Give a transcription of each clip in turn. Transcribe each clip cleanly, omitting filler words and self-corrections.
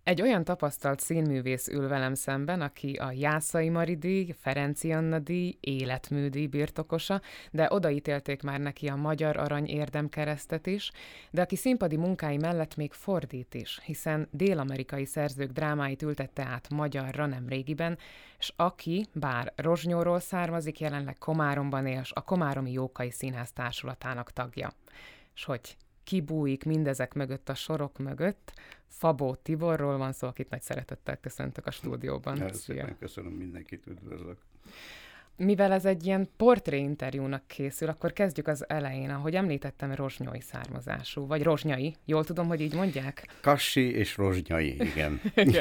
Egy olyan tapasztalt színművész ül velem szemben, aki a Jászai Mari díj, Ferenci Anna díj, életműdíj birtokosa, de odaítélték már neki a Magyar Arany érdemkeresztet is, de aki színpadi munkái mellett még fordít is, hiszen dél-amerikai szerzők drámáit ültette át magyarra nemrégiben, és aki, bár Rozsnyóról származik, jelenleg Komáromban él, a Komáromi Jókai Színház Társulatának tagja. És hogy kibújik mindezek mögött a sorok mögött, Szabó Tiborról van szó, akit nagy szeretettel köszöntök a stúdióban. Szépen köszönöm, mindenkit üdvözlök. Mivel ez egy ilyen portréinterjúnak készül, akkor kezdjük az elején. Ahogy említettem, rozsnyói származású, vagy rozsnyai. Jól tudom, hogy így mondják? Kassi és rozsnyai, igen.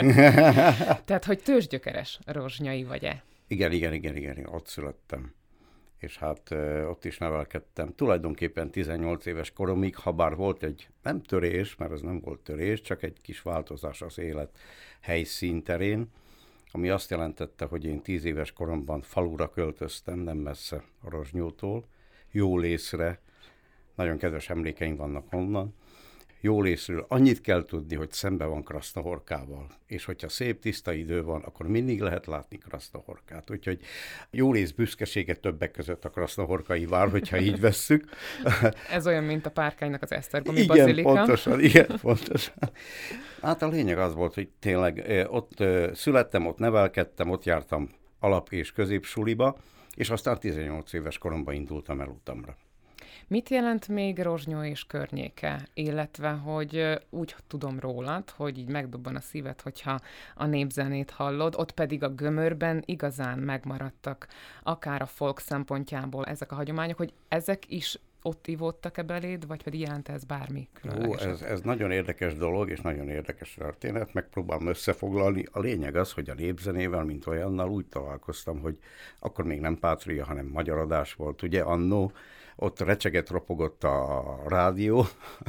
Tehát, hogy tőzsgyökeres rozsnyai vagy-e? Igen, ott születtem. És hát ott is nevelkedtem. Tulajdonképpen 18 éves koromig, ha bár volt egy, nem törés, mert ez nem volt törés, csak egy kis változás az élet helyszín terén, ami azt jelentette, hogy én 10 éves koromban falura költöztem, nem messze a Rozsnyótól, Jólészre, nagyon kedves emlékeim vannak onnan. Jólészről annyit kell tudni, hogy szembe van Krasznahorkával, és hogyha szép tiszta idő van, akkor mindig lehet látni Krasznahorkát. Úgyhogy Jólész büszkesége többek között a krasznahorkai vár, hogyha így vesszük. Ez olyan, mint a Párkánynak az Esztergomi bazilika. Igen, pontosan. Hát a lényeg az volt, hogy tényleg ott születtem, ott nevelkedtem, ott jártam alap- és középsuliba, és aztán 18 éves koromban indultam el utamra. Mit jelent még Rozsnyó és környéke? Illetve, hogy úgy tudom rólad, hogy így megdobban a szíved, hogyha a népzenét hallod, ott pedig a Gömörben igazán megmaradtak, akár a folk szempontjából ezek a hagyományok, hogy ezek is ott ivódtak-e beléd, vagy pedig jelent ez bármi különlegeset? Ez nagyon érdekes dolog, és nagyon érdekes történet, megpróbálom összefoglalni. A lényeg az, hogy a népzenével, mint olyannal úgy találkoztam, hogy akkor még nem Pátria, hanem magyar adás volt, ugye annó, ott recseget ropogott a rádió,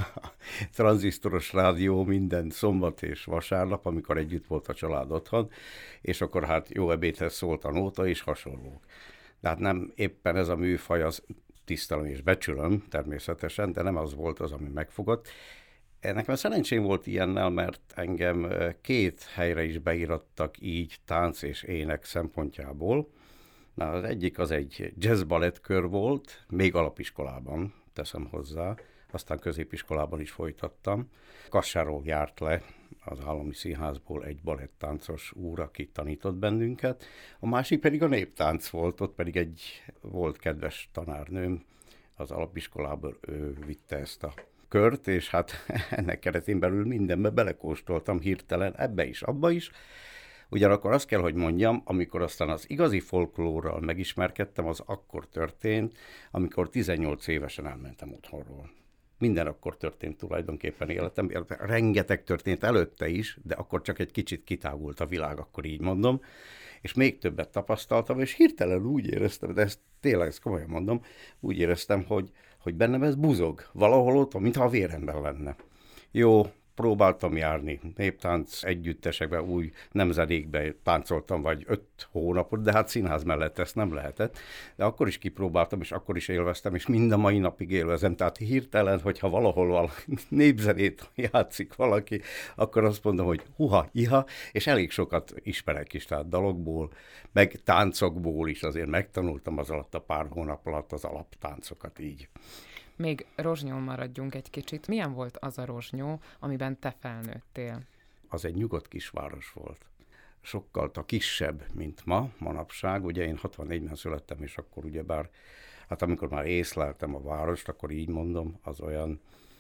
tranzisztoros rádió minden szombat és vasárnap, amikor együtt volt a család otthon, és akkor hát jó ebédhez szólt a nóta és hasonlók. De hát nem éppen ez a műfaj, az tisztelem és becsülöm természetesen, de nem az volt az, ami megfogott. Nekem szerencsém volt ilyennel, mert engem 2 helyre is beírattak így tánc és ének szempontjából. Na, az egyik az egy jazz-balettkör volt, még alapiskolában teszem hozzá, aztán középiskolában is folytattam. Kassáról járt le az Állami Színházból egy balettáncos úr, aki tanított bennünket. A másik pedig a néptánc volt, ott pedig volt kedves tanárnőm az alapiskolából, ő vitte ezt a kört, és hát ennek keretén belül mindenbe belekóstoltam hirtelen, ebbe is, abba is. Ugyanakkor azt kell, hogy mondjam, amikor aztán az igazi folklórral megismerkedtem, az akkor történt, amikor 18 évesen elmentem otthonról. Minden akkor történt tulajdonképpen életemben. Rengeteg történt előtte is, de akkor csak egy kicsit kitágult a világ, akkor így mondom. És még többet tapasztaltam, és hirtelen úgy éreztem, de ezt komolyan mondom, úgy éreztem, hogy bennem ez buzog. Valahol ott, mintha a véremben lenne. Jó, próbáltam járni néptánc együttesekbe, új nemzedékbe táncoltam, vagy 5 hónapot, de hát színház mellett ezt nem lehetett. De akkor is kipróbáltam, és akkor is élveztem, és mind a mai napig élvezem. Tehát hirtelen, hogyha valahol népzenét játszik valaki, akkor azt mondom, hogy huha, iha, és elég sokat ismerek is, tehát dalokból, meg táncokból is azért megtanultam az alatt a pár hónap alatt az alaptáncokat így. Még Rozsnyón maradjunk egy kicsit. Milyen volt az a Rozsnyó, amiben te felnőttél? Az egy nyugodt kisváros volt. Sokkal kisebb, mint manapság. Ugye én 64-ben születtem, és akkor ugyebár, hát amikor már észleltem a várost, akkor így mondom, az olyan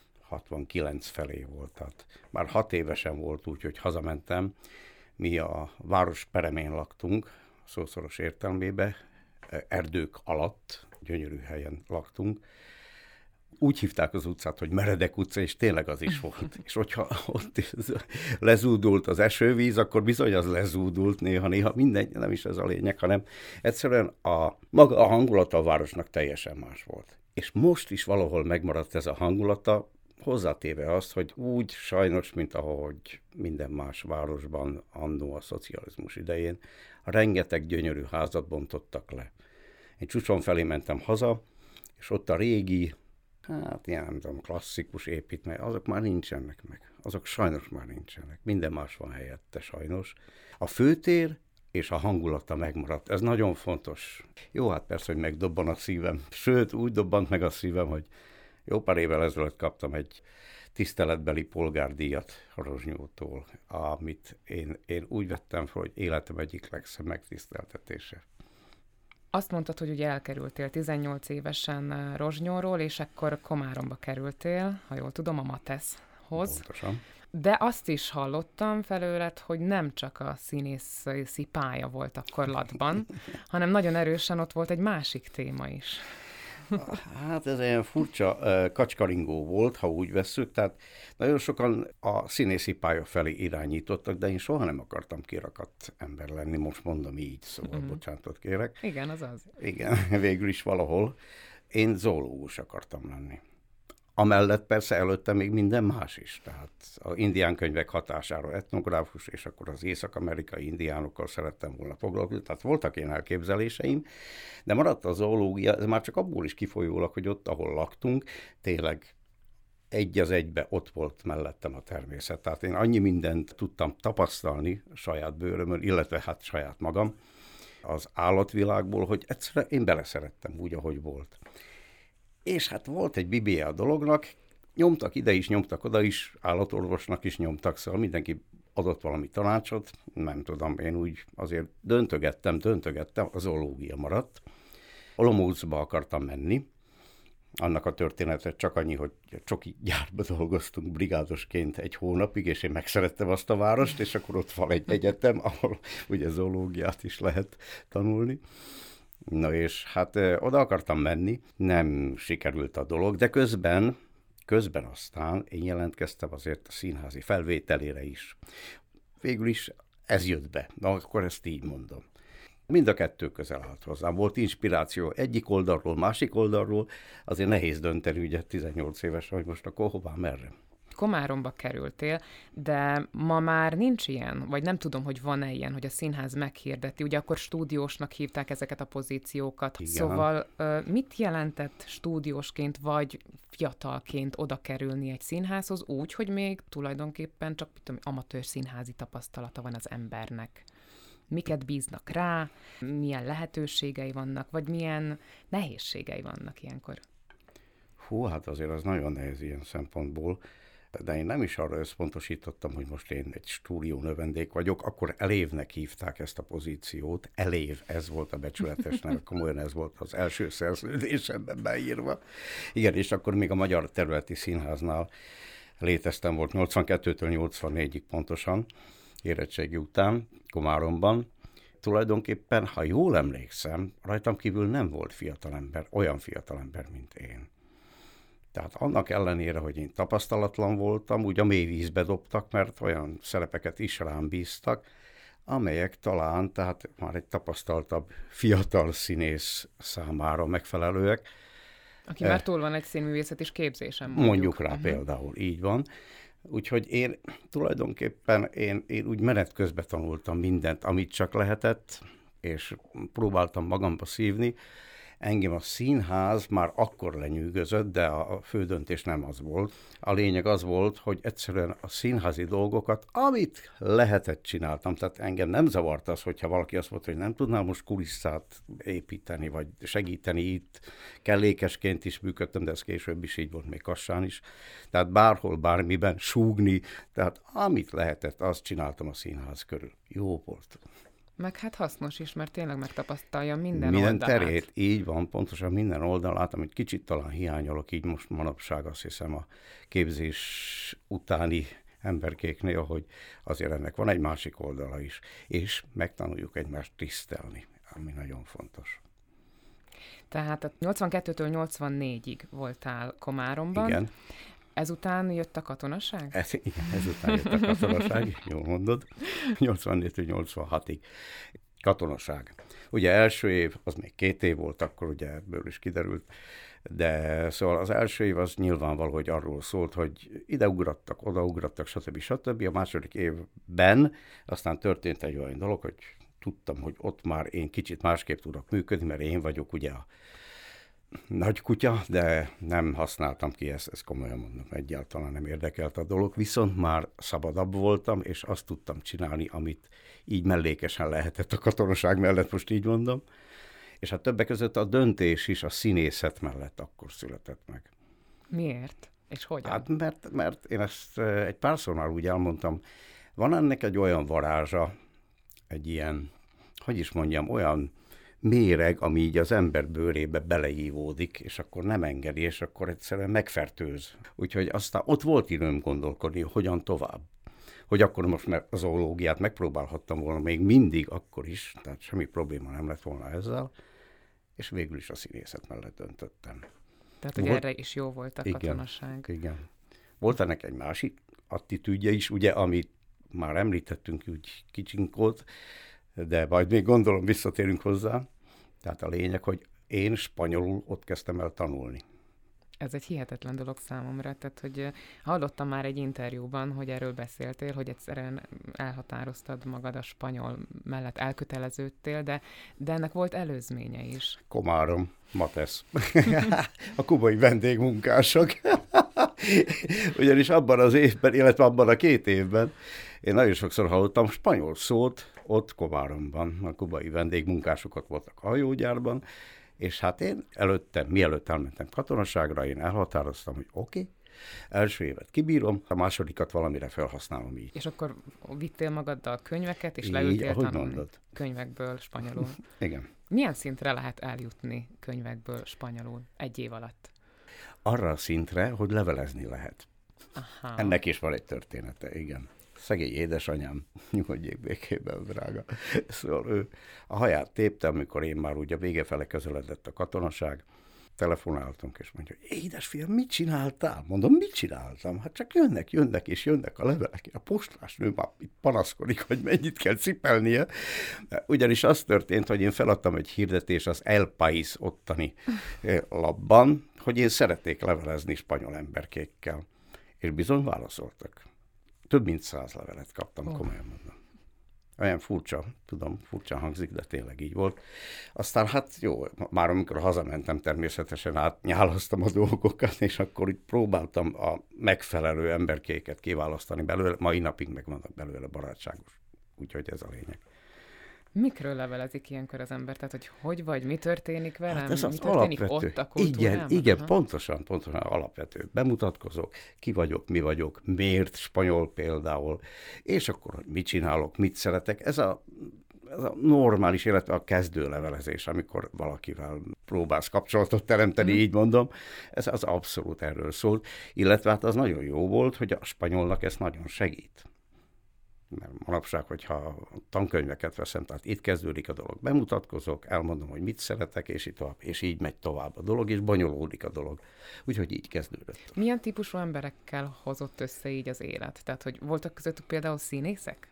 69 felé volt. Tehát már 6 évesen volt úgy, hogy hazamentem. Mi a város peremén laktunk, szószoros értelmében, erdők alatt, gyönyörű helyen laktunk. Úgy hívták az utcát, hogy Meredek utca, és tényleg az is volt. És hogyha ott lezúdult az esővíz, akkor bizony az lezúdult néha mindegy, nem is ez a lényeg, hanem egyszerűen maga a hangulata a városnak teljesen más volt. És most is valahol megmaradt ez a hangulata, hozzátéve azt, hogy úgy sajnos, mint ahogy minden más városban annó a szocializmus idején, rengeteg gyönyörű házat bontottak le. Én Csúcson felé mentem haza, és ott a régi hát ilyen nem tudom, klasszikus építmény, azok már nincsenek meg. Azok sajnos már nincsenek. Minden más van helyette sajnos. A főtér és a hangulata megmaradt. Ez nagyon fontos. Jó, hát persze, hogy megdobban a szívem. Sőt, úgy dobbant meg a szívem, hogy jó pár évvel ezelőtt kaptam egy tiszteletbeli polgárdíjat a Rozsnyótól, amit én úgy vettem fel, hogy életem egyik legszebb megtiszteltetése. Azt mondtad, hogy ugye elkerültél 18 évesen Rozsnyóról, és akkor Komáromba kerültél, ha jól tudom, a Mateszhoz. Pontosan. De azt is hallottam felőled, hogy nem csak a színészi pálya volt akkor latban, hanem nagyon erősen ott volt egy másik téma is. Hát ez ilyen furcsa kacskaringó volt, ha úgy vesszük, tehát nagyon sokan a színészi pálya felé irányítottak, de én soha nem akartam kirakadt ember lenni, most mondom így, szóval bocsánatot kérek. Igen, az. Igen, végül is valahol. Én zoológus akartam lenni. Amellett persze előtte még minden más is, tehát az indián könyvek hatására etnográfus, és akkor az észak-amerikai indiánokkal szerettem volna foglalkozni, tehát voltak ilyen elképzeléseim, de maradt a zoológia, ez már csak abból is kifolyólag, hogy ott, ahol laktunk, tényleg egy az egybe ott volt mellettem a természet. Tehát én annyi mindent tudtam tapasztalni saját bőrömön, illetve hát saját magam az állatvilágból, hogy egyszerűen én beleszerettem úgy, ahogy volt. És hát volt egy bibéje a dolognak, nyomtak ide is, nyomtak oda is, állatorvosnak is nyomtak, szóval mindenki adott valami tanácsot, nem tudom, én úgy azért döntögettem, a zoológia maradt. Olomoucba akartam menni, annak a történetet csak annyi, hogy csoki gyárba dolgoztunk brigádosként egy hónapig, és én megszerettem azt a várost, és akkor ott van egy egyetem, ahol ugye zoológiát is lehet tanulni. Na és hát oda akartam menni, nem sikerült a dolog, de közben aztán én jelentkeztem azért a színházi felvételére is. Végül is ez jött be, na akkor ezt így mondom. Mind a kettő közel állt hozzám. Volt inspiráció egyik oldalról, másik oldalról, azért nehéz dönteni, ugye 18 éves, hogy most akkor hová, merre. Komáromba kerültél, de ma már nincs ilyen, vagy nem tudom, hogy van-e ilyen, hogy a színház meghirdeti. Ugye akkor stúdiósnak hívták ezeket a pozíciókat. Igen. Szóval mit jelentett stúdiósként, vagy fiatalként oda kerülni egy színházhoz úgy, hogy még tulajdonképpen csak amatőr színházi tapasztalata van az embernek? Miket bíznak rá, milyen lehetőségei vannak, vagy milyen nehézségei vannak ilyenkor? Hú, hát azért az nagyon nehéz ilyen szempontból, de én nem is arra összpontosítottam, hogy most én egy stúdió növendék vagyok, akkor elévnek hívták ezt a pozíciót, elév, ez volt a becsületes neve, komolyan ez volt az első szerződésemben beírva. Igen, és akkor még a Magyar Területi Színháznál léteztem, volt 82-től 84-ig pontosan, érettségi után, Komáromban. Tulajdonképpen, ha jól emlékszem, rajtam kívül nem volt fiatalember, olyan fiatalember, mint én. Tehát annak ellenére, hogy én tapasztalatlan voltam, úgy a mély vízbe dobtak, mert olyan szerepeket is rám bíztak, amelyek talán, tehát már egy tapasztaltabb fiatal színész számára megfelelőek. Aki már túl van egy színművészet is képzésen. Mondjuk rá például, így van. Úgyhogy én tulajdonképpen én úgy menet közben tanultam mindent, amit csak lehetett, és próbáltam magamba szívni. Engem a színház már akkor lenyűgözött, de a fő döntés nem az volt. A lényeg az volt, hogy egyszerűen a színházi dolgokat, amit lehetett, csináltam. Tehát engem nem zavart az, hogyha valaki azt mondta, hogy nem tudnál most kulisszát építeni, vagy segíteni itt. Kellékesként is működtem, de ez később is így volt, még Kassán is. Tehát bárhol, bármiben súgni. Tehát amit lehetett, azt csináltam a színház körül. Jó volt. Meg hát hasznos is, mert tényleg megtapasztalja minden oldalát. Terét, így van, pontosan minden oldalát, amit kicsit talán hiányolok így most manapság, azt hiszem a képzés utáni emberkéknél, hogy azért ennek van egy másik oldala is, és megtanuljuk egymást tisztelni, ami nagyon fontos. Tehát a 82-től 84-ig voltál Komáromban. Igen. Ezután jött a katonaság? Igen, ezután jött a katonaság, jól mondod, 84-től 86-ig katonaság. Ugye első év, az még 2 év volt, akkor ugye ebből is kiderült, de szóval az első év az nyilvánvaló, hogy arról szólt, hogy ideugrattak, odaugrattak, stb. A második évben aztán történt egy olyan dolog, hogy tudtam, hogy ott már én kicsit másképp tudok működni, mert én vagyok ugye a nagy kutya, de nem használtam ki ezt komolyan mondom, egyáltalán nem érdekelt a dolog, viszont már szabadabb voltam, és azt tudtam csinálni, amit így mellékesen lehetett a katonaság mellett, most így mondom, és hát többek között a döntés is a színészet mellett akkor született meg. Miért? És hogyan? Hát mert én ezt egy párszor már úgy elmondtam, van ennek egy olyan varázsa, egy ilyen, hogy is mondjam, olyan méreg, ami így az ember bőrébe beleívódik, és akkor nem engedi, és akkor egyszerűen megfertőz. Úgyhogy aztán ott volt időm gondolkodni, hogyan tovább. Hogy akkor most a zoológiát megpróbálhattam volna még mindig akkor is, tehát semmi probléma nem lett volna ezzel, és végül is a színészet mellett döntöttem. Tehát, hogy erre is jó volt a katonaság. Igen. Volt ennek egy másik attitűdje is, ugye, amit már említettünk, úgy kicsinkót, de majd még gondolom visszatérünk hozzá. Tehát a lényeg, hogy én spanyolul ott kezdtem el tanulni. Ez egy hihetetlen dolog számomra, tehát hogy hallottam már egy interjúban, hogy erről beszéltél, hogy egyszerűen elhatároztad magad a spanyol mellett, elköteleződtél, de ennek volt előzménye is. Komárom, Matesz. A kubai vendégmunkások. Ugyanis abban az évben, illetve abban a 2 évben én nagyon sokszor hallottam spanyol szót ott Komáromban. A kubai vendégmunkásokat voltak a hajógyárban, és hát én mielőtt elmentem katonaságra, én elhatároztam, hogy oké, első évet kibírom, a másodikat valamire felhasználom így. És akkor vittél magaddal könyveket, és leültél tanulni mondod. Könyvekből spanyolul. Igen. Milyen szintre lehet eljutni könyvekből spanyolul 1 év alatt? Arra a szintre, hogy levelezni lehet. Aha. Ennek is van egy története, igen. Szegény édesanyám, nyugodjék békében, drága. Szóval ő a haját tépte, amikor én már ugye vége fele közeledett a katonaság. Telefonáltunk, és mondja, édesfiam, mit csináltál? Mondom, mit csináltam? Hát csak jönnek a levelek. A postásnő már itt panaszkodik, hogy mennyit kell cipelnie. Ugyanis az történt, hogy én feladtam egy hirdetést az El País ottani labban, hogy én szeretnék levelezni spanyol emberkékkel. És bizony válaszoltak. Több mint 100 levelet kaptam, komolyan mondom. Olyan furcsa, tudom, furcsa hangzik, de tényleg így volt. Aztán hát jó, már amikor hazamentem, természetesen átnyálaztam a dolgokat, és akkor így próbáltam a megfelelő emberkéket kiválasztani belőle. Mai napig meg vannak belőle barátságos. Úgyhogy ez a lényeg. Mikről levelezik ilyenkor az ember? Tehát, hogy vagy, mi történik velem? Hát ez mi történik alapvető. ott a kultúrában? Igen, pontosan alapvető. Bemutatkozok, ki vagyok, mi vagyok, miért spanyol például, és akkor, hogy mit csinálok, mit szeretek. Ez a normális, illetve a kezdő levelezés, amikor valakivel próbálsz kapcsolatot teremteni, így mondom, ez az abszolút erről szólt. Illetve hát az nagyon jó volt, hogy a spanyolnak ez nagyon segít. Mert manapság, hogyha tankönyveket veszem, tehát itt kezdődik a dolog, bemutatkozok, elmondom, hogy mit szeretek, és így tovább, és így megy tovább a dolog, és bonyolódik a dolog. Úgyhogy így kezdődött. Milyen típusú emberekkel hozott össze így az élet? Tehát, hogy voltak közöttük például színészek?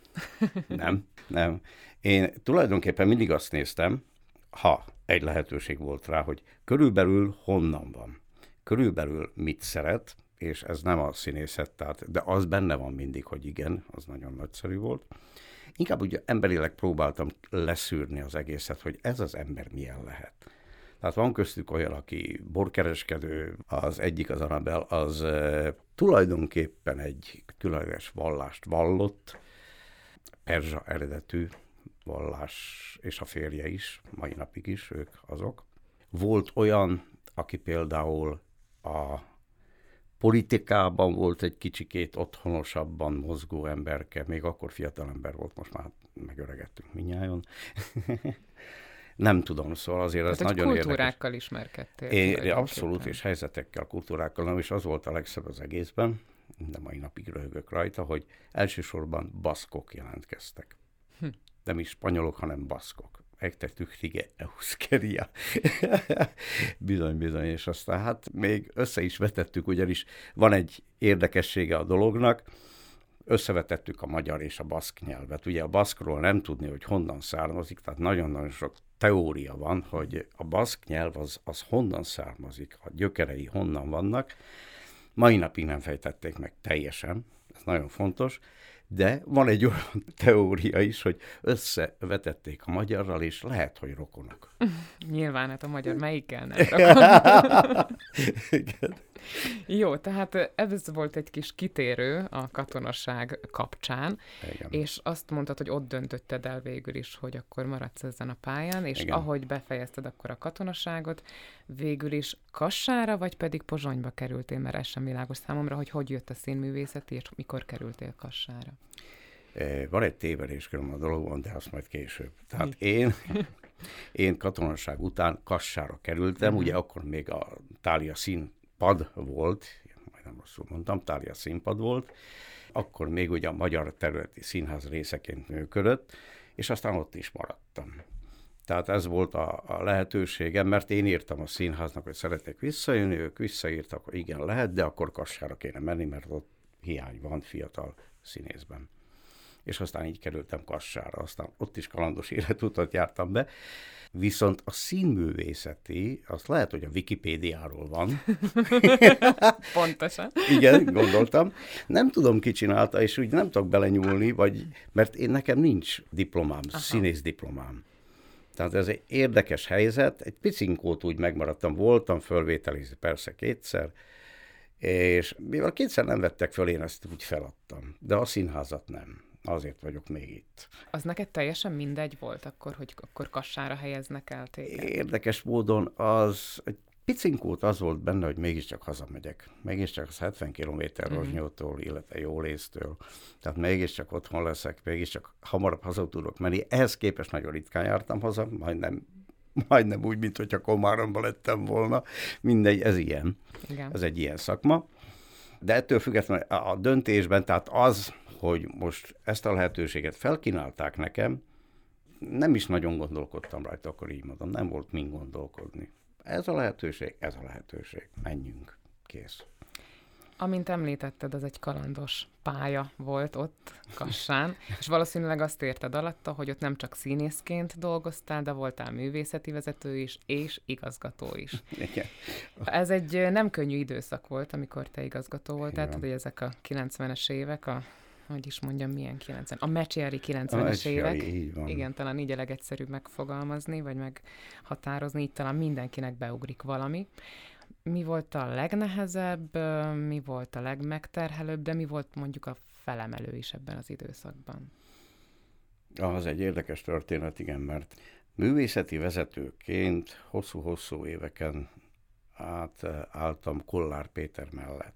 Nem. Én tulajdonképpen mindig azt néztem, ha egy lehetőség volt rá, hogy körülbelül honnan van, körülbelül mit szeret, és ez nem a színészet, de az benne van mindig, hogy igen, az nagyon nagyszerű volt. Inkább ugye emberileg próbáltam leszűrni az egészet, hogy ez az ember milyen lehet. Tehát van köztük olyan, aki borkereskedő, az egyik, az Annabel, az tulajdonképpen egy különleges vallást vallott, perzsa eredetű vallás, és a férje is, mai napig is, ők azok. Volt olyan, aki például a politikában volt egy kicsikét otthonosabban mozgó emberke, még akkor fiatal ember volt, most már megöregettünk mindnyájan. Nem tudom, szóval azért ez nagyon érdekes. Kultúrákkal ismerkedtél. Abszolút, és helyzetekkel, kultúrákkal, nem is az volt a legszebb az egészben, de mai napig röhögök rajta, hogy elsősorban baszkok jelentkeztek. Nem is spanyolok, hanem baszkok. Ekte tüchtige euszkeria. Bizony, és aztán hát még össze is vetettük, ugyanis van egy érdekessége a dolognak, összevetettük a magyar és a baszk nyelvet. Ugye a baszkról nem tudni, hogy honnan származik, tehát nagyon-nagyon sok teória van, hogy a baszk nyelv az honnan származik, a gyökerei honnan vannak. Mai napig nem fejtették meg teljesen, ez nagyon fontos, De van egy olyan teória is, hogy összevetették a magyarral, és lehet, hogy rokonok. Nyilván, hát a magyar melyikkel nem rokon. Igen. Jó, tehát ez volt egy kis kitérő a katonaság kapcsán, Igen. és azt mondtad, hogy ott döntötted el végül is, hogy akkor maradsz ezen a pályán, és Igen. ahogy befejezted akkor a katonaságot, végül is Kassára, vagy pedig Pozsonyba kerültél, mert ez sem világos számomra, hogy jött a színművészeti, és mikor kerültél Kassára? Van egy tévedés külön a dologban, de azt majd később. Tehát én katonaság után Kassára kerültem, ugye akkor még a Thália színpad volt, majdnem rosszul mondtam, Thália színpad volt, akkor még ugye a Magyar Területi Színház részeként működött, és aztán ott is maradtam. Tehát ez volt a lehetőségem, mert én írtam a színháznak, hogy szeretnék visszajönni, ők visszaírtak, hogy igen, lehet, de akkor Kassára kéne menni, mert ott hiány van fiatal színészben. És aztán így kerültem Kassára, aztán ott is kalandos életutat jártam be. Viszont a színművészeti, azt lehet, hogy a Wikipédiáról van. Pontosan. Igen, gondoltam. Nem tudom, ki csinálta, és úgy nem tudok belenyúlni, mert nekem nincs diplomám, színész diplomám. Tehát ez egy érdekes helyzet, egy picinkót úgy megmaradtam, voltam fölvételizni persze kétszer, és mivel kétszer nem vettek föl, én ezt úgy feladtam, de a színházat nem. Azért vagyok még itt. Az neked teljesen mindegy volt akkor, hogy akkor Kassára helyeznek el téged? Érdekes módon az, egy picinkót az volt benne, hogy mégiscsak hazamegyek. Mégiscsak az 70 kilométer Rozsnyótól, illetve Jólésztől. Tehát mégiscsak otthon leszek, mégiscsak hamarabb haza tudok menni. Ehhez képest nagyon ritkán jártam haza, majdnem úgy, mint hogyha Komáromban lettem volna. Mindegy, ez ilyen. Igen. Ez egy ilyen szakma. De ettől függetlenül a döntésben, tehát az, hogy most ezt a lehetőséget felkínálták nekem, nem is nagyon gondolkodtam rajta, akkor így mondom, nem volt mind gondolkodni. Ez a lehetőség, menjünk, kész. Amint említetted, az egy kalandos pálya volt ott Kassán, és valószínűleg azt érted alatta, hogy ott nem csak színészként dolgoztál, de voltál művészeti vezető is, és igazgató is. Igen. Ez egy nem könnyű időszak volt, amikor te igazgató voltál, tehát hogy ezek a 90-es évek, hogy is mondjam, milyen 90? A mecsiári 90-es évek. Így van. Igen, talán így a legegyszerűbb megfogalmazni, vagy meghatározni, így talán mindenkinek beugrik valami. Mi volt a legnehezebb, mi volt a legmegterhelőbb, de mi volt mondjuk a felemelő is ebben az időszakban? Az egy érdekes történet, igen, mert művészeti vezetőként hosszú-hosszú éveken álltam Kollár Péter mellett.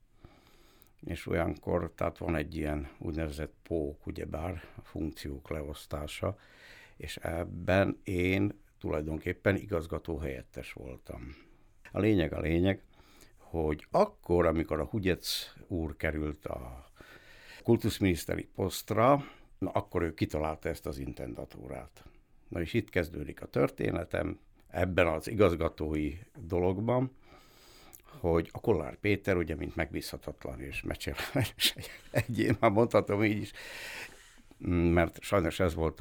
És olyankor, tehát van egy ilyen úgynevezett pók, ugyebár a funkciók leosztása, és ebben én tulajdonképpen igazgató helyettes voltam. A lényeg, hogy akkor, amikor a Hugyec úr került a kultuszminiszteri posztra, akkor ő kitalálta ezt az intendatúrát. Na és itt kezdődik a történetem, ebben az igazgatói dologban, hogy a Kollár Péter, ugye, mint megbízhatatlan és meccsélelmes egyén, már mondhatom így is, mert sajnos ez volt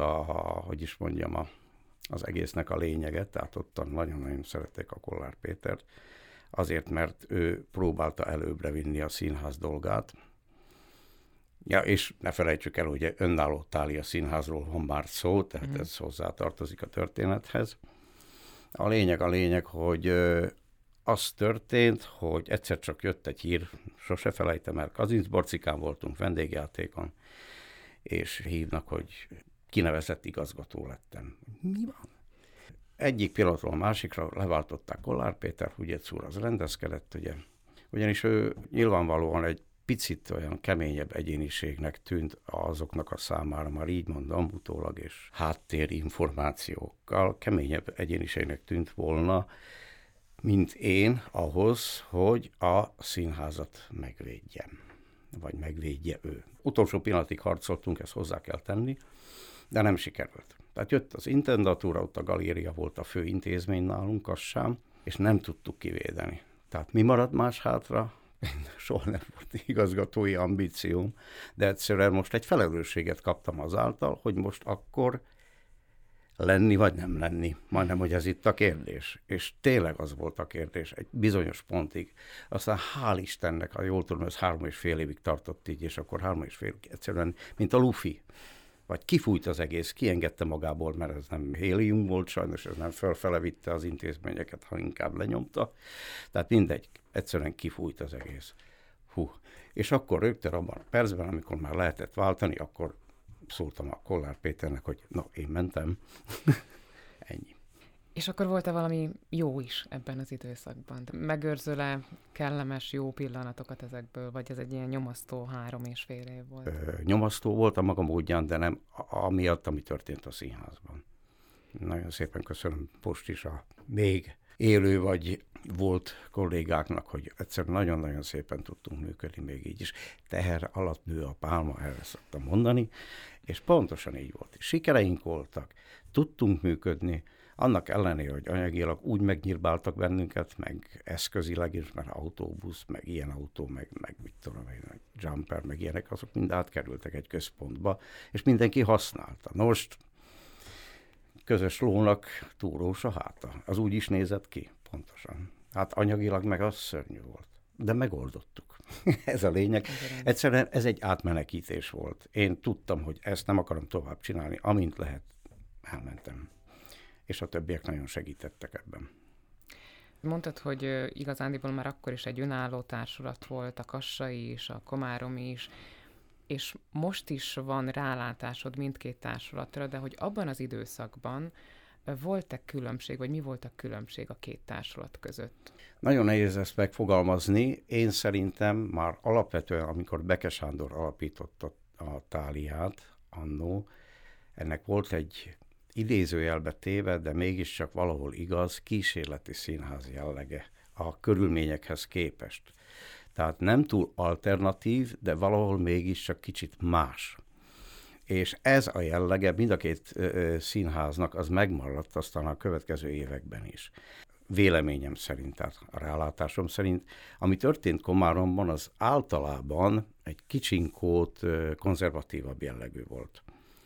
az egésznek a lényege, tehát ottan nagyon-nagyon szerették a Kollár Pétert, azért, mert ő próbálta előbbre vinni a színház dolgát. Ja, és ne felejtsük el, hogy önálló Thália színházról van már szó, tehát ez hozzátartozik a történethez. A lényeg, hogy az történt, hogy egyszer csak jött egy hír, sose felejtem el, Kazincbarcikán voltunk vendégjátékon, és hívnak, hogy kinevezett igazgató lettem. Mi van? Egyik pillanatról a másikra leváltották Kollár Péter, Hugyec úr az rendezkedett, ugye. Ugyanis ő nyilvánvalóan egy picit olyan keményebb egyéniségnek tűnt azoknak a számára, már így mondom, utólag és háttérinformációkkal, keményebb egyéniségnek tűnt volna, mint én ahhoz, hogy a színházat megvédjem, vagy megvédje ő. Utolsó pillanatig harcoltunk, ezt hozzá kell tenni, de nem sikerült. Tehát jött az intendatúra, ott a galéria volt a fő intézmény nálunk Kassán, és nem tudtuk kivédeni. Tehát mi maradt más hátra? Soha nem volt igazgatói ambícióm, de egyszerűen most egy felelősséget kaptam azáltal, hogy most akkor lenni vagy nem lenni. Majdnem, hogy ez itt a kérdés. És tényleg az volt a kérdés egy bizonyos pontig. Aztán hál' Istennek, ha jól tudom, ez 3,5 évig tartott így, és akkor 3,5 évig egyszerűen, mint a lufi. Vagy kifújt az egész, kiengedte magából, mert ez nem hélium volt, sajnos ez nem fölfele vitte az intézményeket, ha inkább lenyomta. Tehát mindegy, egyszerűen kifújt az egész. Hú. És akkor rögtön abban a percben, amikor már lehetett váltani, akkor szóltam a Kollár Péternek, hogy én mentem. Ennyi. És akkor volt-e valami jó is ebben az időszakban? Megőrzöl-e kellemes, jó pillanatokat ezekből, vagy ez egy ilyen nyomasztó 3,5 év volt? Nyomasztó volt a maga módján, de nem amiatt, ami történt a színházban. Nagyon szépen köszönöm Post is a még élő vagy volt kollégáknak, hogy egyszerűen nagyon-nagyon szépen tudtunk működni még így is. Teher alatt nő a pálma, erre szoktam mondani, és pontosan így volt. Sikereink voltak, tudtunk működni, annak ellenére, hogy anyagilag úgy megnyírbáltak bennünket, meg eszközileg is, mert autóbusz, meg ilyen autó, meg mit tudom én, meg jumper, meg ilyenek, azok mind átkerültek egy központba, és mindenki használta. Most közös lónak túrós a háta. Az úgy is nézett ki, pontosan. Hát anyagilag meg az szörnyű volt. De megoldottuk. Ez a lényeg. Egyszerűen ez egy átmenekítés volt. Én tudtam, hogy ezt nem akarom tovább csinálni. Amint lehet, elmentem. És a többiek nagyon segítettek ebben. Mondtad, hogy igazándiból már akkor is egy önálló társulat volt, a Kassai is, a Komáromi is, és most is van rálátásod mindkét társulatra, de hogy abban az időszakban volt-e különbség, vagy mi volt a különbség a két társulat között? Nagyon nehéz ezt megfogalmazni. Én szerintem már alapvetően, amikor Beke Sándor alapította a Tháliát annó, ennek volt egy idézőjelbe téve, de mégiscsak valahol igaz, kísérleti színház jellege a körülményekhez képest. Tehát nem túl alternatív, de valahol mégiscsak kicsit más. És ez a jellege mind a két színháznak az megmaradt aztán a következő években is. Véleményem szerint, tehát a rálátásom szerint, ami történt Komáromban, az általában egy kicsinkót konzervatívabb jellegű volt.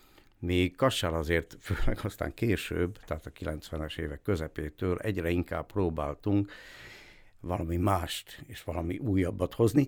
Még Kassán azért, főleg aztán később, tehát a 90-es évek közepétől egyre inkább próbáltunk valami mást és valami újabbat hozni.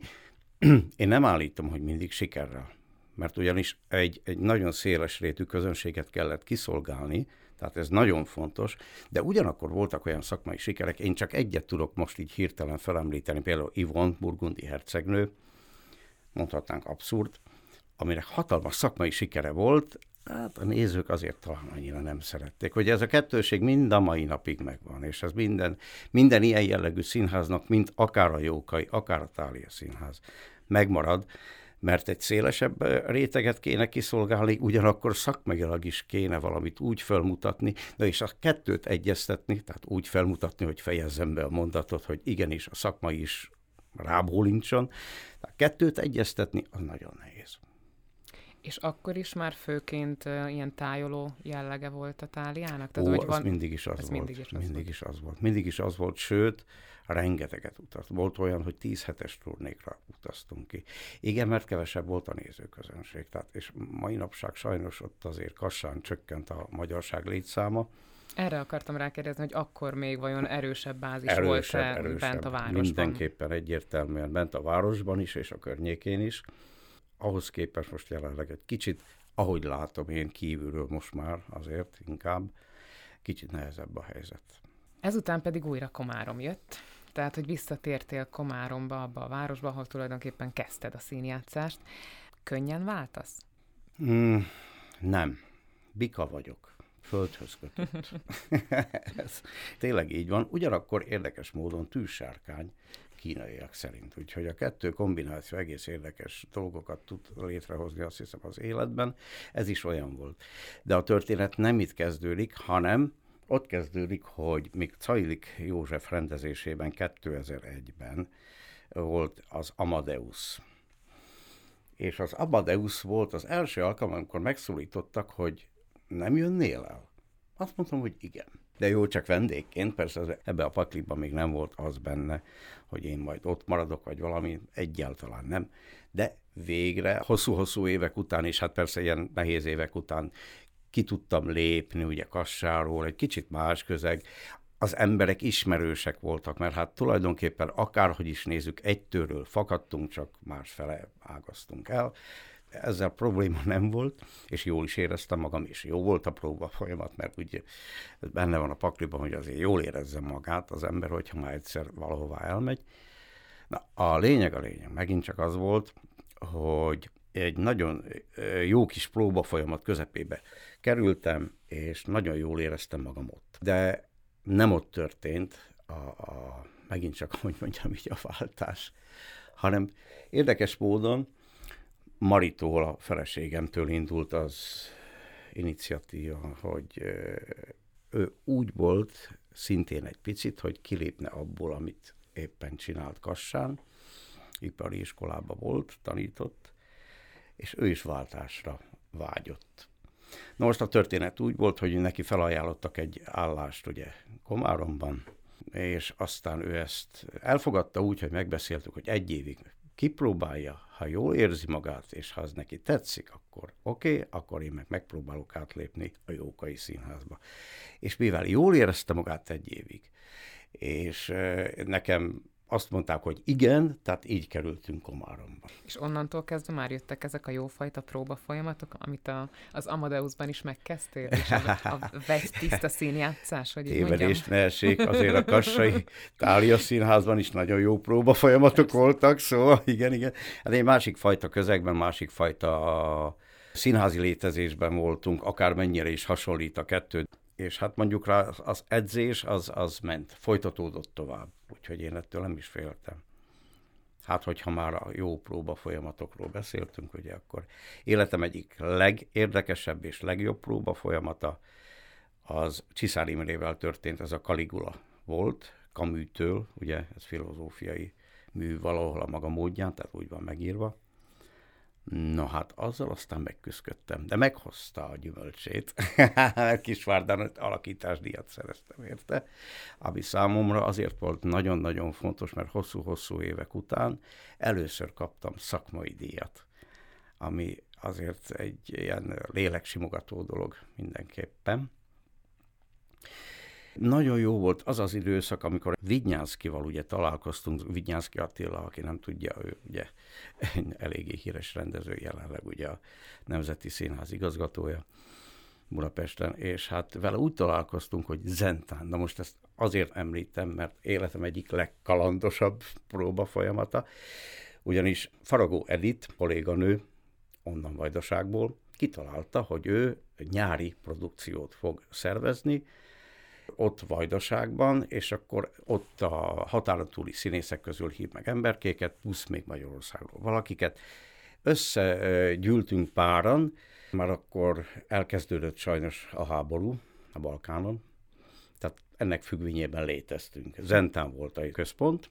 Én nem állítom, hogy mindig sikerrel, mert ugyanis egy nagyon szélesrétű közönséget kellett kiszolgálni, tehát ez nagyon fontos, de ugyanakkor voltak olyan szakmai sikerek, én csak egyet tudok most így hirtelen felemlíteni, például Yvonne, burgundi hercegnő, mondhatnánk abszurd, aminek hatalmas szakmai sikere volt, hát a nézők azért talán annyira nem szerették, hogy ez a kettőség mind a mai napig megvan, és ez minden ilyen jellegű színháznak, mint akár a Jókai, akár a Thália Színház megmarad, mert egy szélesebb réteget kéne kiszolgálni, ugyanakkor szakmailag is kéne valamit úgy felmutatni, de és a kettőt egyeztetni, tehát úgy felmutatni, hogy fejezzem be a mondatot, hogy igenis a szakma is rábólincson. A kettőt egyeztetni, az nagyon nehéz. És akkor is már főként ilyen tájoló jellege volt a Tháliának? Tehát, az mindig is az volt. Mindig is az volt, sőt, rengeteget utaztunk. Volt olyan, hogy 10 hetes turnékra utaztunk ki. Igen, mert kevesebb volt a nézőközönség. Tehát, és mai napság sajnos ott azért Kassán csökkent a magyarság létszáma. Erre akartam rákérdezni, hogy akkor még vajon erősebb bázis volt-e bent a városban? Mindenképpen egyértelműen bent a városban is, és a környékén is. Ahhoz képest most jelenleg egy kicsit, ahogy látom én kívülről most már azért inkább, kicsit nehezebb a helyzet. Ezután pedig újra Komárom jött, tehát hogy visszatértél Komáromba, abba a városba, ahol tulajdonképpen kezdted a színjátszást. Könnyen váltasz? Nem. Bika vagyok. Földhöz kötött. Ez tényleg így van. Ugyanakkor érdekes módon tűzsárkány, kínaiak szerint. Úgyhogy a kettő kombináció egész érdekes dolgokat tud létrehozni, azt hiszem, az életben. Ez is olyan volt. De a történet nem itt kezdődik, hanem ott kezdődik, hogy még Czajlik József rendezésében 2001-ben volt az Amadeus. És az Amadeus volt az első alkalom, amikor megszólítottak, hogy nem jönnél el? Azt mondtam, hogy igen. De jó, csak vendégként, persze ebbe a pakliban még nem volt az benne, hogy én majd ott maradok, vagy valami, egyáltalán nem. De végre, hosszú-hosszú évek után, és hát persze ilyen nehéz évek után ki tudtam lépni, ugye Kassáról, egy kicsit más közeg, az emberek ismerősek voltak, mert hát tulajdonképpen akárhogy is nézzük, egy tőről fakadtunk, csak másfele ágaztunk el. Ezzel probléma nem volt, és jól is éreztem magam, és jó volt a próba folyamat, mert ugye benne van a pakliban, hogy azért jól érezze magát az ember, hogyha már egyszer valahová elmegy. Na, a lényeg megint csak az volt, hogy egy nagyon jó kis próba folyamat közepébe kerültem, és nagyon jól éreztem magam ott. De nem ott történt megint csak, hogy mondjam így, a váltás, hanem érdekes módon Maritól, a feleségemtől indult az iniciatíva, hogy ő úgy volt szintén egy picit, hogy kilépne abból, amit éppen csinált Kassán, ipari iskolában volt, tanított, és ő is váltásra vágyott. Na most a történet úgy volt, hogy neki felajánlottak egy állást ugye Komáromban, és aztán ő ezt elfogadta úgy, hogy megbeszéltük, hogy 1 évig kipróbálja, ha jól érzi magát, és ha az neki tetszik, akkor oké, akkor én megpróbálok átlépni a Jókai Színházba. És mivel jól érezte magát 1 évig, és nekem azt mondták, hogy igen, tehát így kerültünk Komáromba. És onnantól kezdve már jöttek ezek a jófajta próbafolyamatok, amit az Amadeusban is megkezdtél, és a vegy tiszta színjátszás, hogy így mondjam. Tévedést ne essék, azért a Kassai Thália Színházban is nagyon jó próbafolyamatok voltak, szóval igen. Hát egy másik fajta közegben, másik fajta színházi létezésben voltunk, akármennyire is hasonlít a kettő. És hát mondjuk rá az edzés az ment, folytatódott tovább, úgyhogy én ettől nem is féltem. Hát, hogyha már a jó próba folyamatokról beszéltünk, ugye akkor életem egyik legérdekesebb és legjobb próba folyamata az Csiszár Imrével történt, ez a Caligula volt, Camus-től, ugye ez filozófiai mű valahol a maga módján, tehát úgy van megírva. Na hát azzal aztán megküzdöttem, de meghozta a gyümölcsét. Kisvárdán alakításdíjat szereztem érte, ami számomra azért volt nagyon-nagyon fontos, mert hosszú-hosszú évek után először kaptam szakmai díjat, ami azért egy ilyen léleksimogató dolog mindenképpen. Nagyon jó volt az az időszak, amikor Vidnyánszkival ugye találkoztunk, Vidnyánszki Attila, aki nem tudja, ő ugye eléggé híres rendező, jelenleg ugye a Nemzeti Színház igazgatója Budapesten, és hát vele úgy találkoztunk, hogy Zentán. Na most ezt azért említem, mert életem egyik legkalandosabb próba folyamata, ugyanis Faragó Edith, kolléganő, onnan Vajdaságból, kitalálta, hogy ő nyári produkciót fog szervezni, ott Vajdaságban, és akkor ott a határon túli színészek közül hív meg emberkéket, plusz még Magyarországról valakiket. Összegyűltünk páran, már akkor elkezdődött sajnos a háború a Balkánon, tehát ennek függvényében léteztünk. Zentán volt a központ,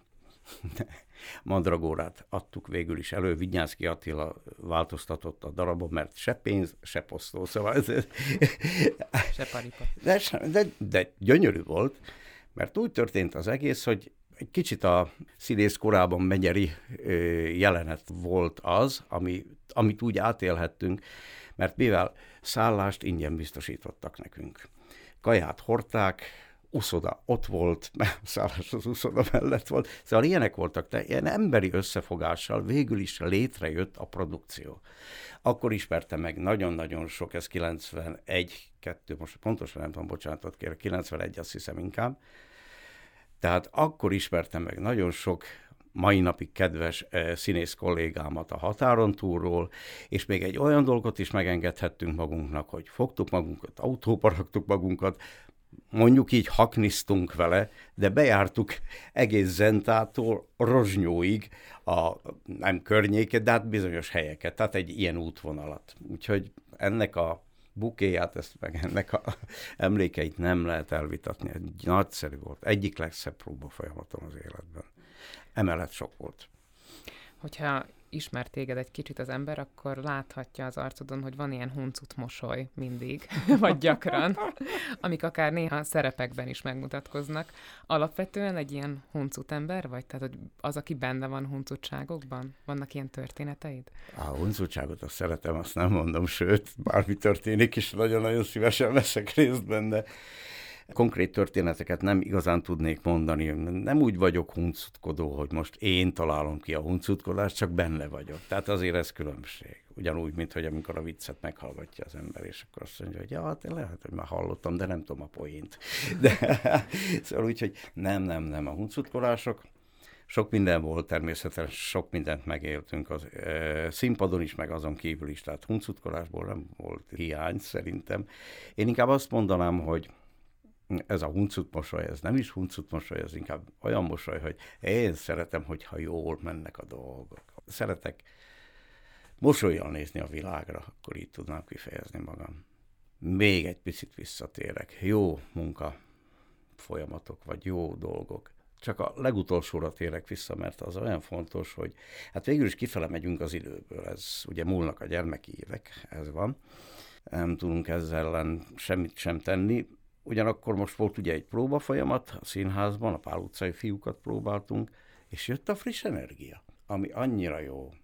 Mandragórát adtuk végül is elő, Vidnyánszki Attila változtatott a darabon, mert se pénz, se posztó, szóval se paripa. De gyönyörű volt, mert úgy történt az egész, hogy egy kicsit a színész korában megyeri jelenet volt az, amit úgy átélhettünk, mert mivel szállást ingyen biztosítottak nekünk. Kaját hordták, uszoda ott volt, mert a szállás az uszoda mellett volt. Szóval ilyenek voltak, de ilyen emberi összefogással végül is létrejött a produkció. Akkor ismerte meg nagyon-nagyon sok, ez 91, 2, most pontosan nem tudom, bocsánatot kérek, 91 azt hiszem inkább. Tehát akkor ismertem meg nagyon sok mai napig kedves színész kollégámat a határon túlról, és még egy olyan dolgot is megengedhettünk magunknak, hogy fogtuk magunkat, autóba raktuk magunkat, mondjuk így haknisztunk vele, de bejártuk egész Zentától Rozsnyóig, nem környéket, de hát bizonyos helyeket, tehát egy ilyen útvonalat. Úgyhogy ennek a bukéját, meg ennek a emlékeit nem lehet elvitatni. Nagyszerű volt. Egyik legszebb próbafolyamatom az életben. Emellett sok volt. Hogyha ismer téged egy kicsit az ember, akkor láthatja az arcodon, hogy van ilyen huncut mosoly mindig, vagy gyakran, amik akár néha szerepekben is megmutatkoznak. Alapvetően egy ilyen huncut ember vagy? Tehát, hogy az, aki benne van huncutságokban? Vannak ilyen történeteid? A huncutságot azt szeretem, azt nem mondom, sőt, bármi történik is, nagyon-nagyon szívesen veszek részt benne. Konkrét történeteket nem igazán tudnék mondani. Nem úgy vagyok huncutkodó, hogy most én találom ki a huncutkodást, csak benne vagyok. Tehát azért ez különbség. Ugyanúgy, mint hogy amikor a viccet meghallgatja az ember, és akkor azt mondja, hogy ja, lehet, hogy már hallottam, de nem tudom a poént. De, szóval úgy, hogy nem a huncutkodások. Sok minden volt, természetesen sok mindent megéltünk az színpadon is, meg azon kívül is. Tehát huncutkodásból nem volt hiány szerintem. Én inkább azt mondanám, hogy ez a huncut mosoly, ez nem is huncut mosoly, ez inkább olyan mosoly, hogy én szeretem, hogyha jól mennek a dolgok. Szeretek mosollyal nézni a világra, akkor így tudnám kifejezni magam. Még egy picit visszatérek. Jó munka folyamatok, vagy jó dolgok. Csak a legutolsóra térek vissza, mert az olyan fontos, hogy hát végül is kifele megyünk az időből. Ez ugye múlnak a gyermeki évek, ez van. Nem tudunk ezzel ellen semmit sem tenni. Ugyanakkor most volt ugye egy próbafolyamat a színházban, a Pál utcai fiúkat próbáltunk, és jött a friss energia, ami annyira jó,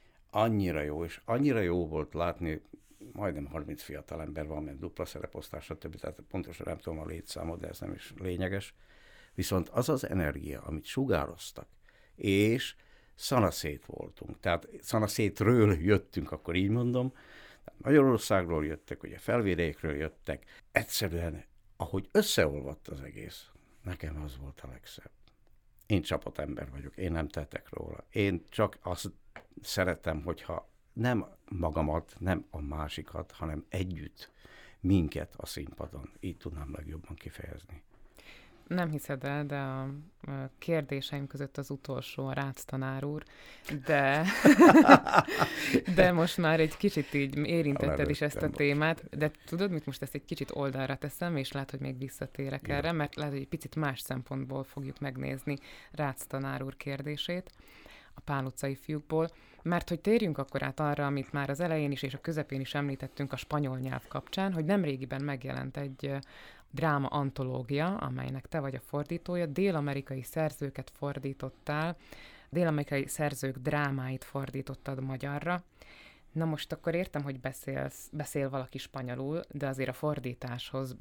és annyira jó volt látni, majdnem 30 fiatal ember van, mert dupla szereposztás, stb. Tehát pontosan nem tudom a létszámot, de ez nem is lényeges. Viszont az az energia, amit sugároztak, és szanaszét voltunk. Tehát szanaszétről jöttünk, akkor így mondom. Magyarországról jöttek, ugye Felvidékről jöttek. Egyszerűen, ahogy összeolvadt az egész, nekem az volt a legszebb. Én csapatember vagyok, én nem tettek róla. Én csak azt szeretem, hogyha nem magamat, nem a másikat, hanem együtt minket a színpadon. Így tudnám legjobban kifejezni. Nem hiszed el, de a kérdéseim között az utolsó a Rácz tanár úr, de most már egy kicsit így érintetted is ezt a témát, de tudod mit, most ezt egy kicsit oldalra teszem, és lehet, hogy még visszatérek erre, mert lehet, hogy egy picit más szempontból fogjuk megnézni Rácz tanár úr kérdését a Pál utcai fiúkból, mert hogy térjünk akkor át arra, amit már az elején is és a közepén is említettünk a spanyol nyelv kapcsán, hogy nemrégiben megjelent egy dráma antológia, amelynek te vagy a fordítója, dél-amerikai szerzőket fordítottál, dél-amerikai szerzők drámáit fordítottad magyarra. Na most akkor értem, hogy beszél valaki spanyolul, de azért a fordításhoz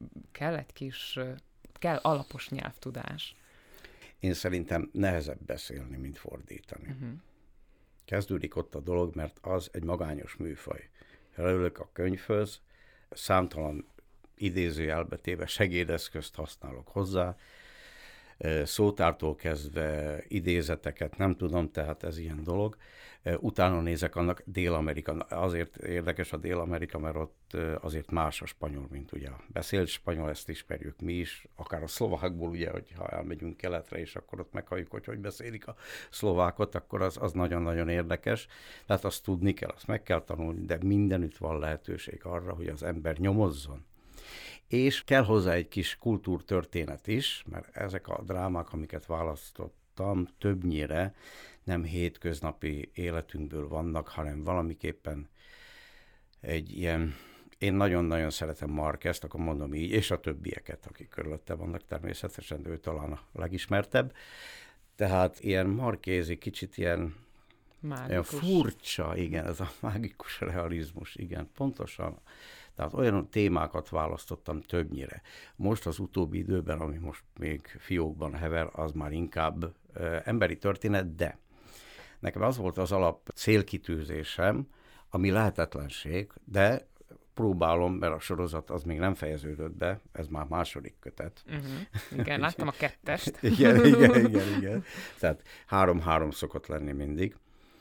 kell alapos nyelvtudás. Én szerintem nehezebb beszélni, mint fordítani. Kezdődik ott a dolog, mert az egy magányos műfaj. Leülök a könyvhöz, számtalan idézőjelbe téve segédeszközt használok hozzá, szótártól kezdve idézeteket, nem tudom, tehát ez ilyen dolog. Utána nézek annak Dél-Amerika. Azért érdekes a Dél-Amerika, mert ott azért más a spanyol, mint ugye a beszélt spanyol, ezt ismerjük mi is, akár a szlovákból, ugye, hogy ha elmegyünk keletre, és akkor ott meghalljuk, hogy beszélik a szlovákot, akkor az nagyon-nagyon érdekes. Tehát azt tudni kell, azt meg kell tanulni, de mindenütt van lehetőség arra, hogy az ember nyomozzon. És kell hozzá egy kis kultúrtörténet is, mert ezek a drámák, amiket választottam, többnyire nem hétköznapi életünkből vannak, hanem valamiképpen egy ilyen, én nagyon-nagyon szeretem Márquezt, akkor mondom így, és a többieket, akik körülötte vannak, természetesen ő talán a legismertebb. Tehát ilyen markézi, kicsit ilyen furcsa, igen, ez a mágikus realizmus, igen, pontosan. Tehát olyan témákat választottam többnyire. Most az utóbbi időben, ami most még fiókban hever, az már inkább emberi történet, de nekem az volt az alap célkitűzésem, ami lehetetlenség, de próbálom, mert a sorozat az még nem fejeződött be, ez már második kötet. Igen, láttam a 2-est. igen. Tehát 3-3 szokott lenni mindig,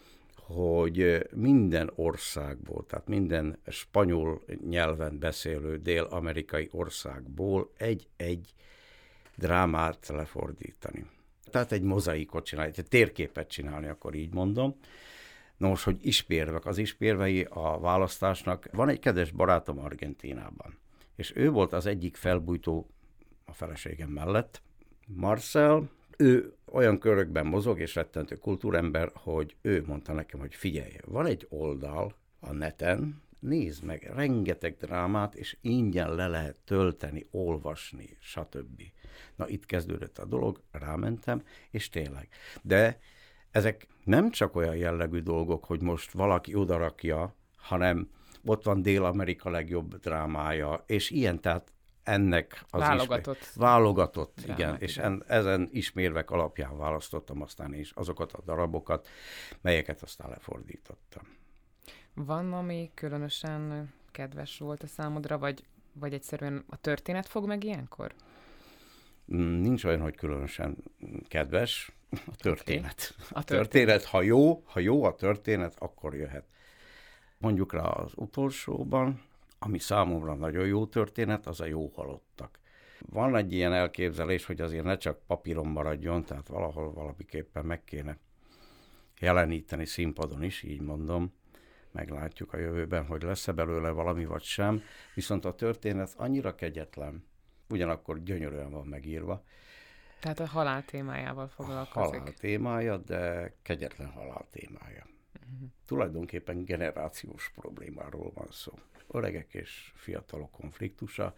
hogy minden országból, tehát minden spanyol nyelven beszélő dél-amerikai országból egy drámát lefordítani. Tehát egy mozaikot csinálni, egy térképet csinálni, akkor így mondom. Nos, hogy ispérvek, az ispérvei a választásnak. Van egy kedves barátom Argentínában, és ő volt az egyik felbújtó a feleségem mellett. Marcel, Ő olyan körökben mozog, és rettentő kultúrember, hogy ő mondta nekem, hogy figyelj, van egy oldal a neten, nézd meg, rengeteg drámát, és ingyen le lehet tölteni, olvasni, stb. Na, itt kezdődött a dolog, rámentem, és tényleg. De ezek nem csak olyan jellegű dolgok, hogy most valaki odarakja, hanem ott van Dél-Amerika legjobb drámája, és ilyen, tehát ennek az válogatott, drámát, igen, és ezen ismérvek alapján választottam aztán is azokat a darabokat, melyeket aztán lefordítottam. Van, ami különösen kedves volt a számodra, vagy egyszerűen a történet fog meg ilyenkor? Nincs olyan, hogy különösen kedves, a történet. Okay. A történet, ha jó a történet, akkor jöhet. Mondjuk rá az utolsóban, ami számomra nagyon jó történet, az a Jó halottak. Van egy ilyen elképzelés, hogy azért ne csak papíron maradjon, tehát valahol valamiképpen meg kéne jeleníteni színpadon is, így mondom. Meglátjuk a jövőben, hogy lesz-e belőle valami vagy sem. Viszont a történet annyira kegyetlen, ugyanakkor gyönyörűen van megírva. Tehát a halál témájával foglalkozik. Halál témája, de kegyetlen halál témája. Tulajdonképpen generációs problémáról van szó. Öregek és fiatalok konfliktusa,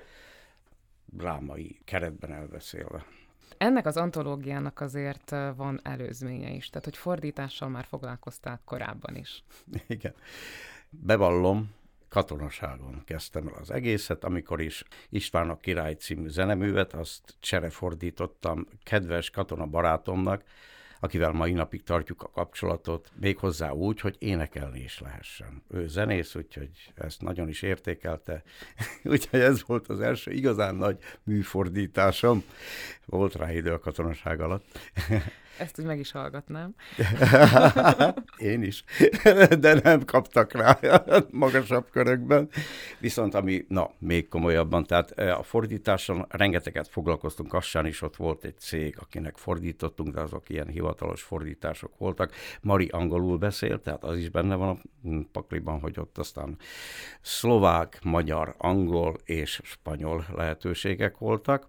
drámai keretben elbeszélve. Ennek az antológiának azért van előzménye is, tehát hogy fordítással már foglalkoztál korábban is. Igen. Bevallom, katonaságon kezdtem el az egészet, amikor is István a király című zeneművet, azt cserefordítottam kedves katona barátomnak, akivel mai napig tartjuk a kapcsolatot, méghozzá úgy, hogy énekelni is lehessen. Ő zenész, úgyhogy ezt nagyon is értékelte. Úgyhogy ez volt az első igazán nagy műfordításom. Volt rá idő a katonaság alatt. Ezt úgy meg is hallgatnám. Én is, de nem kaptak rá magasabb körökben. Viszont ami, még komolyabban, tehát a fordításon rengeteget foglalkoztunk, Kassán is ott volt egy cég, akinek fordítottunk, de azok ilyen hivatalos fordítások voltak. Mari angolul beszélt, tehát az is benne van a pakliban, hogy ott aztán szlovák, magyar, angol és spanyol lehetőségek voltak.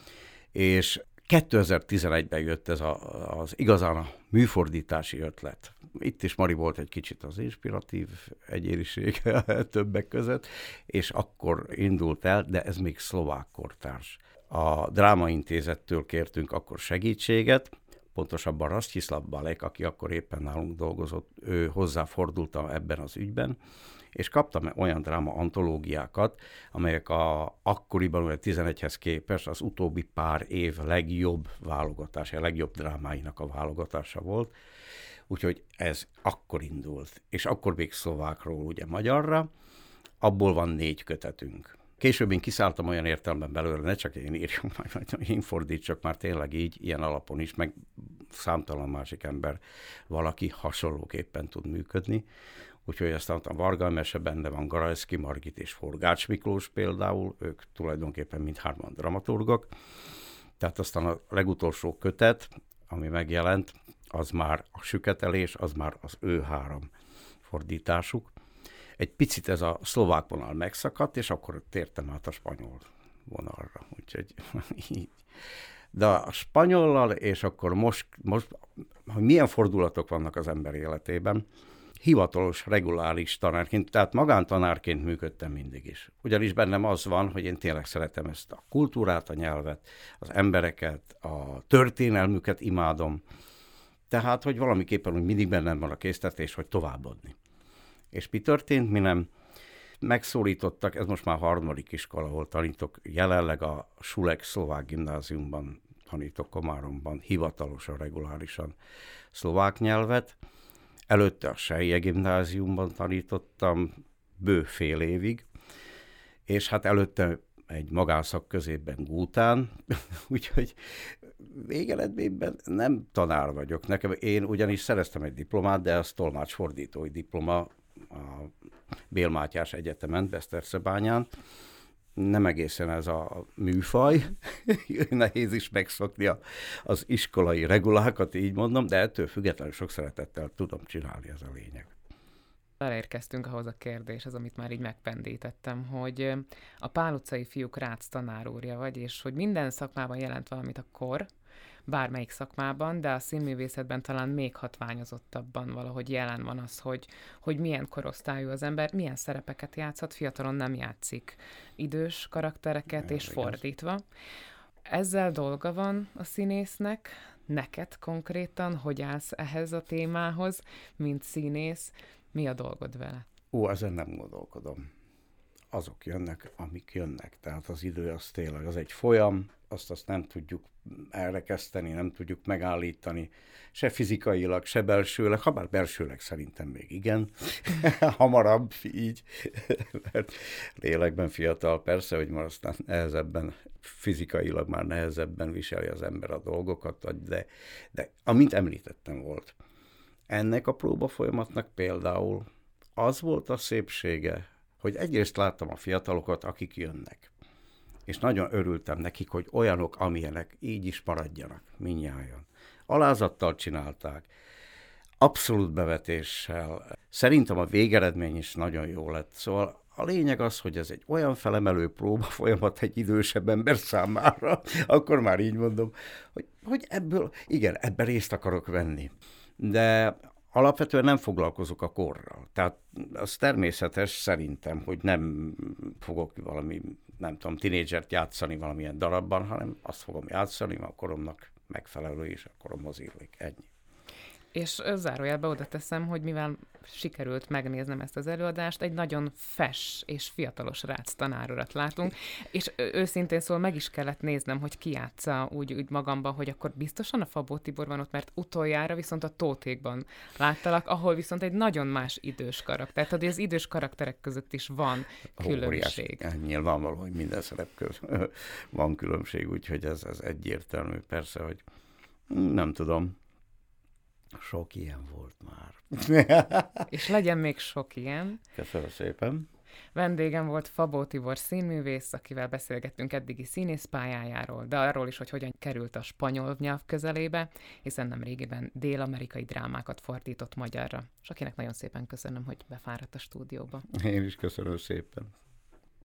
És 2011-ben jött ez az igazán a műfordítási ötlet. Itt is Mari volt egy kicsit az inspiratív egyéniség többek között, és akkor indult el, de ez még szlovák kortárs. A Drámaintézettől kértünk akkor segítséget, pontosabban Rastislav Balek, aki akkor éppen nálunk dolgozott, ő hozzáfordultam ebben az ügyben, és kaptam olyan dráma antológiákat, amelyek akkoriban 11-hez képest az utóbbi pár év legjobb válogatása, a legjobb drámáinak a válogatása volt. Úgyhogy ez akkor indult. És akkor még szlovákról ugye magyarra, abból van 4 kötetünk. Később én kiszálltam olyan értelemben belőle, ne csak én írjam, majd én fordítsak már tényleg így, ilyen alapon is, meg számtalan másik ember, valaki hasonlóképpen tud működni. Úgyhogy aztán a Varga mese benne van, Garajszki, Margit és Forgács Miklós például, ők tulajdonképpen mindhárman dramaturgok. Tehát aztán a legutolsó kötet, ami megjelent, az már a Süketelés, az már az ő 3 fordításuk. Egy picit ez a szlovák vonal megszakadt, és akkor tértem át a spanyol vonalra. Úgyhogy így. De a spanyollal, és akkor most hogy milyen fordulatok vannak az ember életében, hivatalos, reguláris tanárként, tehát magántanárként működtem mindig is. Ugyanis bennem az van, hogy én tényleg szeretem ezt a kultúrát, a nyelvet, az embereket, a történelmüket imádom. Tehát, hogy valamiképpen úgy mindig bennem van a késztetés, hogy továbbadni. És mi történt? Mi nem megszólítottak, ez most már 3. iskola, ahol tanítok, jelenleg a Sulek szlovák gimnáziumban tanítok Komáromban, hivatalosan, regulárisan szlovák nyelvet. Előtte a Selje gimnáziumban tanítottam bő fél évig, és hát előtte egy magánszakközépben Gútán, úgyhogy végeredményben nem tanár vagyok. Én ugyanis szereztem egy diplomát, de az tolmácsfordítói diploma a Bél Mátyás Egyetemen, Beszterczebányán. Nem egészen ez a műfaj, nehéz is megszokni az iskolai regulákat, így mondom, de ettől függetlenül sok szeretettel tudom csinálni, ez a lényeg. Elérkeztünk ahhoz a kérdéshez, amit már így megpendítettem, hogy a Pál utcai fiúk Rácz tanárúrja vagy, és hogy minden szakmában jelent valamit a kor, bármelyik szakmában, de a színművészetben talán még hatványozottabban valahogy jelen van az, hogy milyen korosztályú az ember, milyen szerepeket játszhat, fiatalon nem játszik idős karaktereket, és fordítva. Ezzel dolga van a színésznek, neked konkrétan, hogy állsz ehhez a témához, mint színész, mi a dolgod vele? Ezen nem gondolkodom. Azok jönnek, amik jönnek. Tehát az idő az tényleg, az egy folyam, azt nem tudjuk elrekeszteni, nem tudjuk megállítani, se fizikailag, se belsőleg, habár belsőleg szerintem még igen, hamarabb így, mert lélekben fiatal persze, hogy már aztán nehezebben, fizikailag már nehezebben viseli az ember a dolgokat, de amint említettem volt, ennek a próba folyamatnak például az volt a szépsége, hogy egyrészt láttam a fiatalokat, akik jönnek. És nagyon örültem nekik, hogy olyanok, amilyenek, így is maradjanak, mindnyájan. Alázattal csinálták, abszolút bevetéssel. Szerintem a végeredmény is nagyon jó lett. Szóval a lényeg az, hogy ez egy olyan felemelő próba folyamat egy idősebb ember számára, akkor már így mondom, hogy ebben részt akarok venni. De alapvetően nem foglalkozok a korral. Tehát az természetes szerintem, hogy nem fogok valami, nem tudom, tinédzsert játszani valamilyen darabban, hanem azt fogom játszani, mert a koromnak megfelelő és a koromhoz illik. Ennyi. És zárójelbe oda teszem, hogy mivel sikerült megnéznem ezt az előadást, egy nagyon fes és fiatalos rác tanárurat látunk, és őszintén szóval meg is kellett néznem, hogy ki játsza úgy magamban, hogy akkor biztosan a Szabó Tibor van ott, mert utoljára viszont a Tótékban láttalak, ahol viszont egy nagyon más idős karakter. Tehát, hogy az idős karakterek között is van különbség. Nyilvánvaló, hogy minden szerep között van különbség, úgyhogy ez egyértelmű. Persze, hogy nem tudom, sok ilyen volt már. És legyen még sok ilyen. Köszönöm szépen. Vendégem volt Szabó Tibor színművész, akivel beszélgettünk eddigi színészpályájáról, de arról is, hogy hogyan került a spanyol nyelv közelébe, hiszen nemrégiben dél-amerikai drámákat fordított magyarra. És akinek nagyon szépen köszönöm, hogy befáradt a stúdióba. Én is köszönöm szépen.